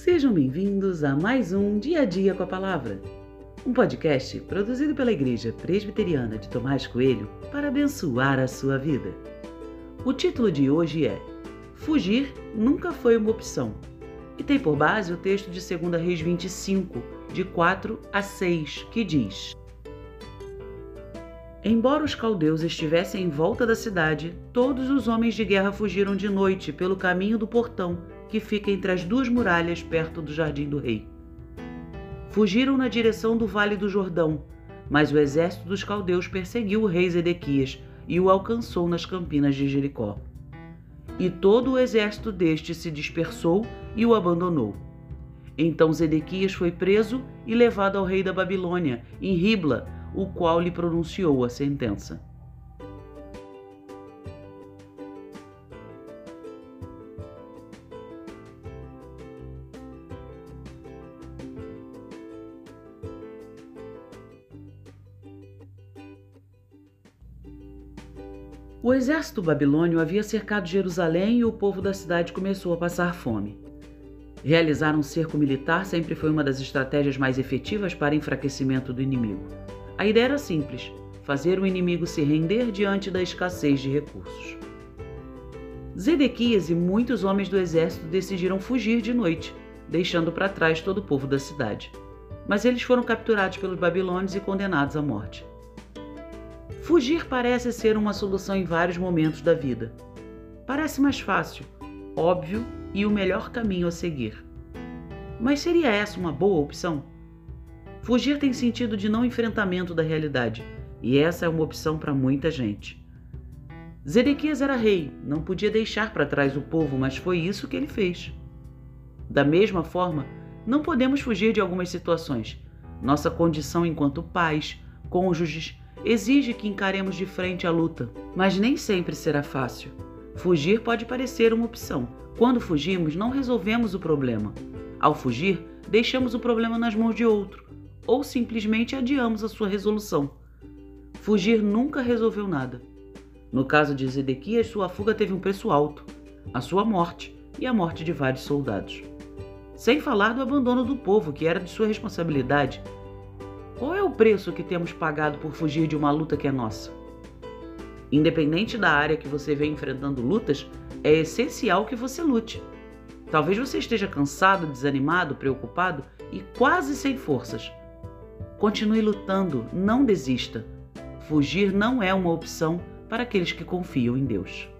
Sejam bem-vindos a mais um Dia a Dia com a Palavra, um podcast produzido pela Igreja Presbiteriana de Tomás Coelho para abençoar a sua vida. O título de hoje é Fugir nunca foi uma opção e tem por base o texto de 2 Reis 25, de 4 a 6, que diz: Embora os caldeus estivessem em volta da cidade, todos os homens de guerra fugiram de noite pelo caminho do portão, que fica entre as duas muralhas perto do jardim do rei. Fugiram na direção do Vale do Jordão, mas o exército dos caldeus perseguiu o rei Zedequias e o alcançou nas campinas de Jericó. E todo o exército deste se dispersou e o abandonou. Então Zedequias foi preso e levado ao rei da Babilônia, em Ribla, o qual lhe pronunciou a sentença. O exército babilônio havia cercado Jerusalém e o povo da cidade começou a passar fome. Realizar um cerco militar sempre foi uma das estratégias mais efetivas para enfraquecimento do inimigo. A ideia era simples: fazer o inimigo se render diante da escassez de recursos. Zedequias e muitos homens do exército decidiram fugir de noite, deixando para trás todo o povo da cidade. Mas eles foram capturados pelos babilônios e condenados à morte. Fugir parece ser uma solução em vários momentos da vida. Parece mais fácil, óbvio e o melhor caminho a seguir. Mas seria essa uma boa opção? Fugir tem sentido de não enfrentamento da realidade, e essa é uma opção para muita gente. Zedequias era rei, não podia deixar para trás o povo, mas foi isso que ele fez. Da mesma forma, não podemos fugir de algumas situações. Nossa condição enquanto pais, cônjuges, exige que encaremos de frente a luta, mas nem sempre será fácil. Fugir pode parecer uma opção. Quando fugimos, não resolvemos o problema. Ao fugir, deixamos o problema nas mãos de outro, ou simplesmente adiamos a sua resolução. Fugir nunca resolveu nada. No caso de Zedequias, sua fuga teve um preço alto, a sua morte e a morte de vários soldados. Sem falar do abandono do povo, que era de sua responsabilidade. Qual é o preço que temos pagado por fugir de uma luta que é nossa? Independente da área que você vem enfrentando lutas, é essencial que você lute. Talvez você esteja cansado, desanimado, preocupado e quase sem forças. Continue lutando, não desista. Fugir não é uma opção para aqueles que confiam em Deus.